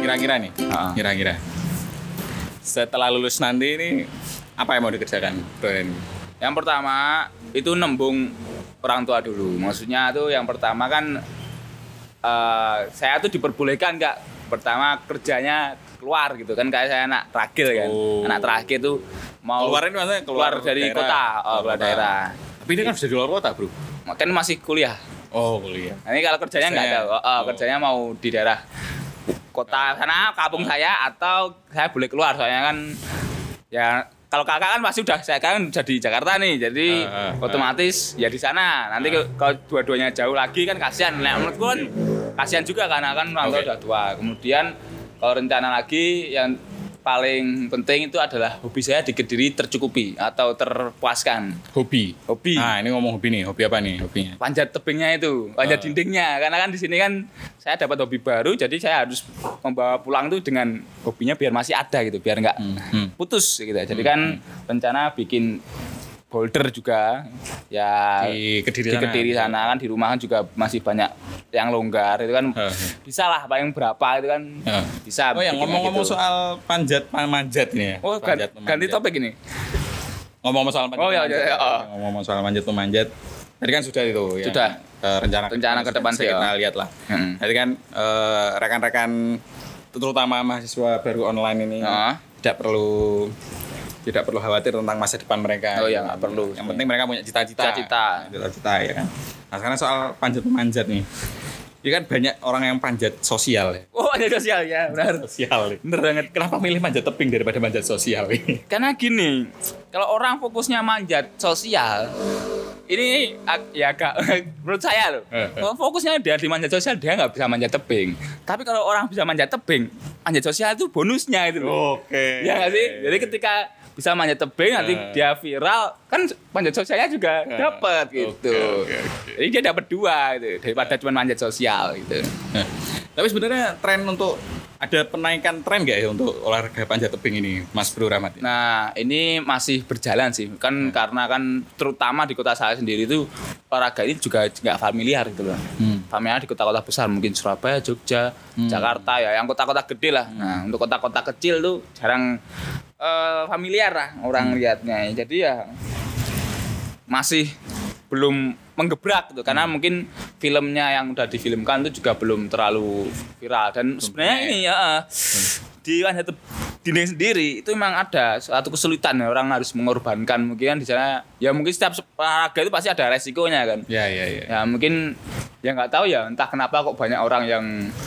Kira-kira nih, kira-kira setelah lulus nanti ini apa yang mau dikerjakan, Bro Ren? Yang pertama itu nembung orang tua dulu. Maksudnya tuh yang pertama kan saya tuh diperbolehkan nggak pertama kerjanya keluar gitu kan, kayak saya anak terakhir kan. Anak terakhir tuh mau Keluarin maksudnya keluar dari daerah. kota, keluar daerah. Tapi ini kan sudah di luar kota, Bro. Kan masih kuliah. Oh, kuliah. Nah, ini kalau kerjanya nggak ada, kerjanya mau di daerah kota sana, kampung saya, atau saya boleh keluar soalnya kan ya kalau kakak kan pasti udah, saya kan udah di Jakarta nih, jadi otomatis ya di sana. Nanti kalau dua-duanya jauh lagi kan kasihan. Nah, menurutku kan kasihan juga karena kan orang tua udah tua. Kemudian kalau rencana lagi yang paling penting itu adalah hobi saya di Kediri tercukupi atau terpuaskan. Hobi. Nah, ini ngomong hobi nih. Hobi apa nih hobinya? Panjat tebingnya itu, panjat dindingnya. Karena kan di sini kan saya dapat hobi baru, jadi saya harus membawa pulang tuh dengan hobinya biar masih ada gitu, biar nggak putus gitu. Jadi kan rencana bikin boulder juga ya Di Kediri sana kan, di rumah kan juga masih banyak yang longgar itu kan bisa lah paling berapa itu kan bisa. Oh, yang ngomong-ngomong gitu. Soal manjat ini ya. Oh, ganti topik ini. Ngomong-ngomong soal manjat. Oh ya. Ngomong-ngomong soal manjat. Tadi kan sudah itu ya. Sudah. Rencana ke depan sih. Kita lihat lah. Tadi kan rekan-rekan terutama mahasiswa baru online ini tidak perlu khawatir tentang masa depan mereka. Oh ya, nggak perlu. Yang penting mereka punya cita-cita ya kan. Nah, sekarang soal panjat nih. Ini kan banyak orang yang panjat sosial ya. Oh, panjat sosial ya, benar. Sosial. Bener banget. Kenapa milih manjat tebing daripada manjat sosial ini? Karena gini, kalau orang fokusnya manjat sosial, ini ya agak menurut saya loh. Fokusnya dia di manjat sosial, dia nggak bisa manjat tebing. Tapi kalau orang bisa manjat tebing, manjat sosial itu bonusnya itu loh. Oke. Ya nggak sih? Jadi ketika bisa manjat tebing nanti dia viral, kan manjat sosialnya juga dapat gitu. Okay. Jadi dia dapat dua gitu daripada cuma manjat sosial gitu. Tapi sebenarnya tren untuk ada penaikan tren nggak ya untuk olahraga panjat tebing ini, Mas Bro Rahmat? Nah, ini masih berjalan sih. Kan karena kan terutama di kota saya sendiri itu olahraga ini juga nggak familiar gitu loh. Familiar di kota-kota besar, mungkin Surabaya, Jogja, Jakarta ya, yang kota-kota gede lah. Nah, untuk kota-kota kecil tuh jarang familiar lah orang lihatnya. Jadi ya masih belum menggebrak gitu, karena mungkin filmnya yang udah difilmkan itu juga belum terlalu viral. Dan sebenarnya ini ya di panjat dinding sendiri itu memang ada suatu kesulitan ya, orang harus mengorbankan mungkin di sana ya, mungkin setiap olahraga itu pasti ada resikonya kan. Ya mungkin ya nggak tahu ya, entah kenapa kok banyak orang yang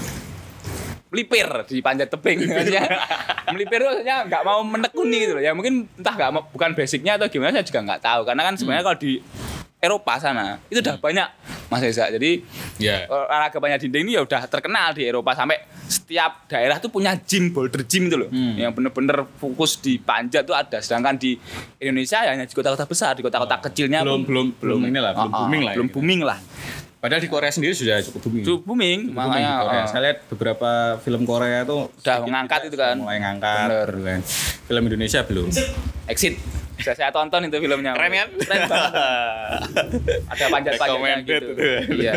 melipir di panjat tebing. Melipir itu maksudnya nggak mau menekuni gitu loh. Ya mungkin entah bukan basicnya atau gimana, saya juga nggak tahu. Karena kan sebenarnya kalau di Eropa sana itu udah banyak, Mas Reza. Jadi olahraga panjat dinding ini ya udah terkenal di Eropa, sampai setiap daerah tuh punya boulder gym itu loh. Yang bener-bener fokus di panjat tuh ada. Sedangkan di Indonesia ya hanya di kota-kota besar, di kota-kota kecilnya belum booming lah. Padahal di Korea sendiri sudah cukup booming. Makanya saya lihat beberapa film Korea tuh udah mengangkat itu kan. Mulai ngangkat. Bener. Film Indonesia belum. Exit. Bisa saya tonton itu filmnya. Keren kan? Keren banget. Ada panjat-panjatnya gitu. Iya.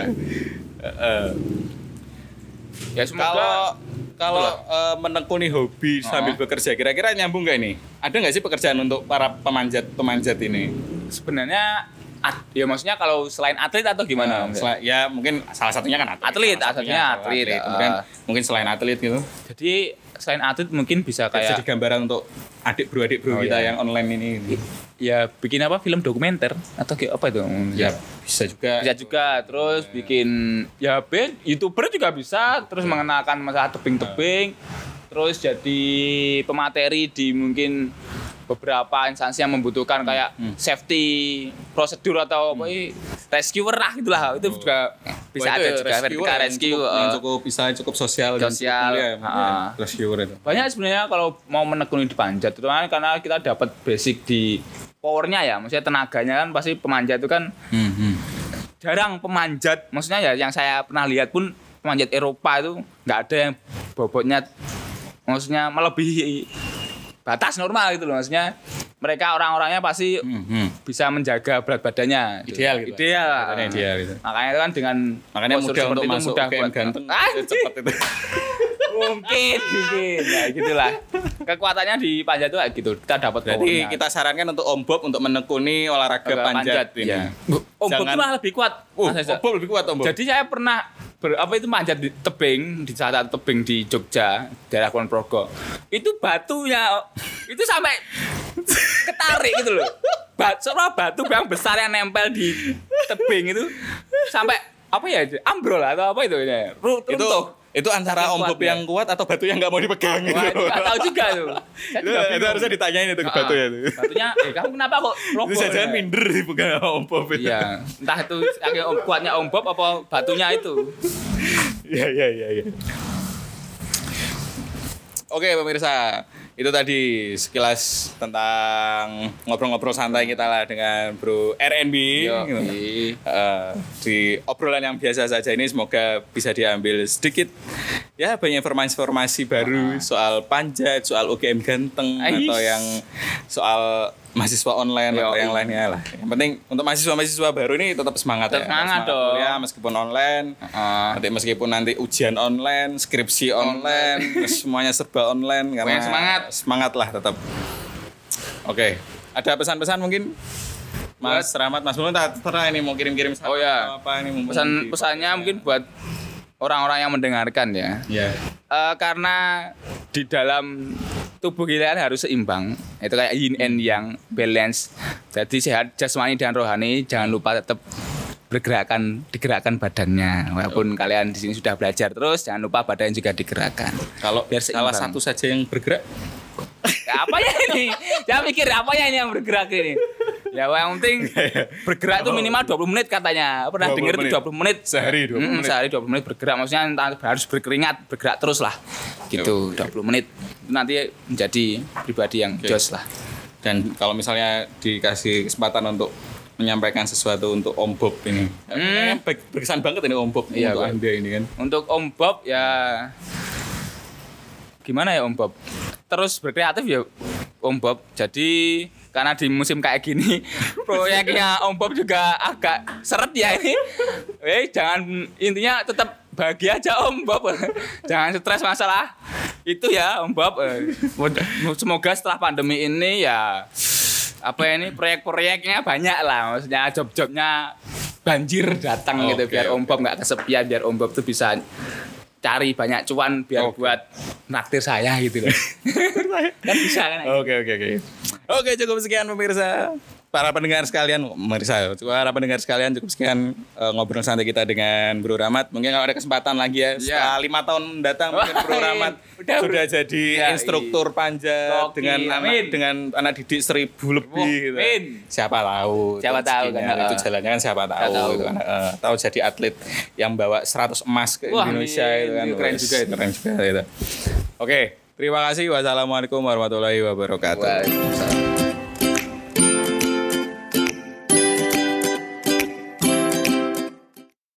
Ya semoga kalau menekuni hobi sambil bekerja, kira-kira nyambung nggak ini? Ada nggak sih pekerjaan untuk para pemanjat ini? Sebenarnya ya maksudnya kalau selain atlet atau gimana? Ya mungkin salah satunya kan atlet. Atlet. Kemudian mungkin selain atlet gitu. Jadi selain atlet mungkin bisa kayak jadi gambaran untuk adik bro kita yang online ini. Ya bikin apa, film dokumenter atau kayak apa itu? Ya bisa juga. Terus bikin ya YouTuber juga bisa. Terus mengenalkan masalah tebing-tebing. Terus jadi pemateri di mungkin beberapa instansi yang membutuhkan kayak safety prosedur atau apa rescuer lah gitulah, itu juga bisa ada juga vertikal rescue cukup sosial rescuer itu banyak sebenarnya kalau mau menekuni di panjat, terutama karena kita dapat basic di powernya ya, maksudnya tenaganya kan pasti pemanjat itu kan jarang pemanjat, maksudnya ya yang saya pernah lihat pun pemanjat Eropa itu nggak ada yang bobotnya maksudnya melebihi batas normal gitu loh, maksudnya mereka orang-orangnya pasti bisa menjaga berat badannya gitu. Ideal gitu. Makanya itu kan dengan mudah untuk masuk mudah UGM buat ganteng cepat itu. Mungkin. Ya gitulah. Kekuatannya di panjat itu kayak gitu. Kita dapat Berarti kita sarankan untuk Om Bob untuk menekuni olahraga panjat ini. Ya. Om Bob itu malah lebih kuat. Om Bob lebih kuat Om Bob. Jadi saya pernah manjat di tebing, di salah satu tebing di Jogja, daerah Kulon Progo. Itu batunya itu sampai ketarik gitu loh. Batu yang besar yang nempel di tebing itu sampai apa ya? Ambrol atau apa itu ya? Runtuh. Itu antara Om Bob yang kuat atau batu yang nggak mau dipegang gitu. Nggak tahu juga tuh. Itu harusnya ditanyain itu ke batunya tuh. Batunya, kamu kenapa kok roboh? Itu jangan minder dipegang Om Bob itu. Iya, entah itu kuatnya Om Bob apa batunya itu. Iya. Oke pemirsa, itu tadi sekilas tentang ngobrol-ngobrol santai kita lah dengan Bro RNB. Di obrolan yang biasa saja ini semoga bisa diambil sedikit ya banyak informasi baru soal panjat, soal UGM ganteng atau yang soal mahasiswa online atau yang lainnya lah. Yang penting untuk mahasiswa baru ini tetap semangat ya. Semangat dong. Ya meskipun online, nanti meskipun nanti ujian online, skripsi online, semuanya serba online karena semangat lah tetap. Oke. Ada pesan-pesan mungkin? Mas Rahmat, Mas Mulun pernah ini mau kirim-kirim apa ini pesannya mungkin buat orang-orang yang mendengarkan ya. Iya. Karena di dalam tubuh kita harus seimbang. Itu kayak yin and yang, balance. Jadi sehat jasmani dan rohani, jangan lupa tetap digerakkan badannya. Walaupun kalian di sini sudah belajar terus, jangan lupa badan juga digerakkan. Kalau biar salah satu saja yang bergerak. Ya, apa ya ini? Jangan mikir apa ya ini yang bergerak ini. Ya yang penting bergerak itu minimal 20 menit katanya. Pernah dengar itu 20 menit sehari 20 menit. Sehari 20 menit bergerak, maksudnya harus berkeringat, bergerak terus lah. Gitu, 20 menit. Itu nanti menjadi pribadi yang jos lah. Dan kalau misalnya dikasih kesempatan untuk menyampaikan sesuatu untuk Om Bob ini. Berkesan banget ini Om Bob iya, untuk Anda ini kan. Untuk Om Bob ya gimana ya Om Bob? Terus berkreatif ya Om Bob. Jadi karena di musim kayak gini proyeknya Om Bob juga agak seret ya ini. Jangan, intinya tetap bahagia aja Om Bob. Jangan stres masalah itu ya Om Bob. Semoga setelah pandemi ini ya proyek-proyeknya banyak lah. Maksudnya job-jobnya banjir datang gitu biar Om Bob nggak kesepian, biar Om Bob tuh bisa cari banyak cuan biar buat naktir saya gitu loh. Kan bisa kan? Oke, cukup sekian pemirsa. Para pendengar sekalian, cukup sekian ngobrol santai kita dengan Bro Rahmat. Mungkin kalau ada kesempatan lagi ya, setelah 5 tahun mendatang mungkin Bro Rahmat sudah jadi instruktur panjat dengan anak didik 1.000 lebih gitu. Siapa tahu kan itu jalannya kan siapa tahu gitu kan. Tahu jadi atlet yang bawa 100 emas ke Indonesia itu kan. Keren juga itu. Oke, terima kasih. Wassalamualaikum warahmatullahi wabarakatuh.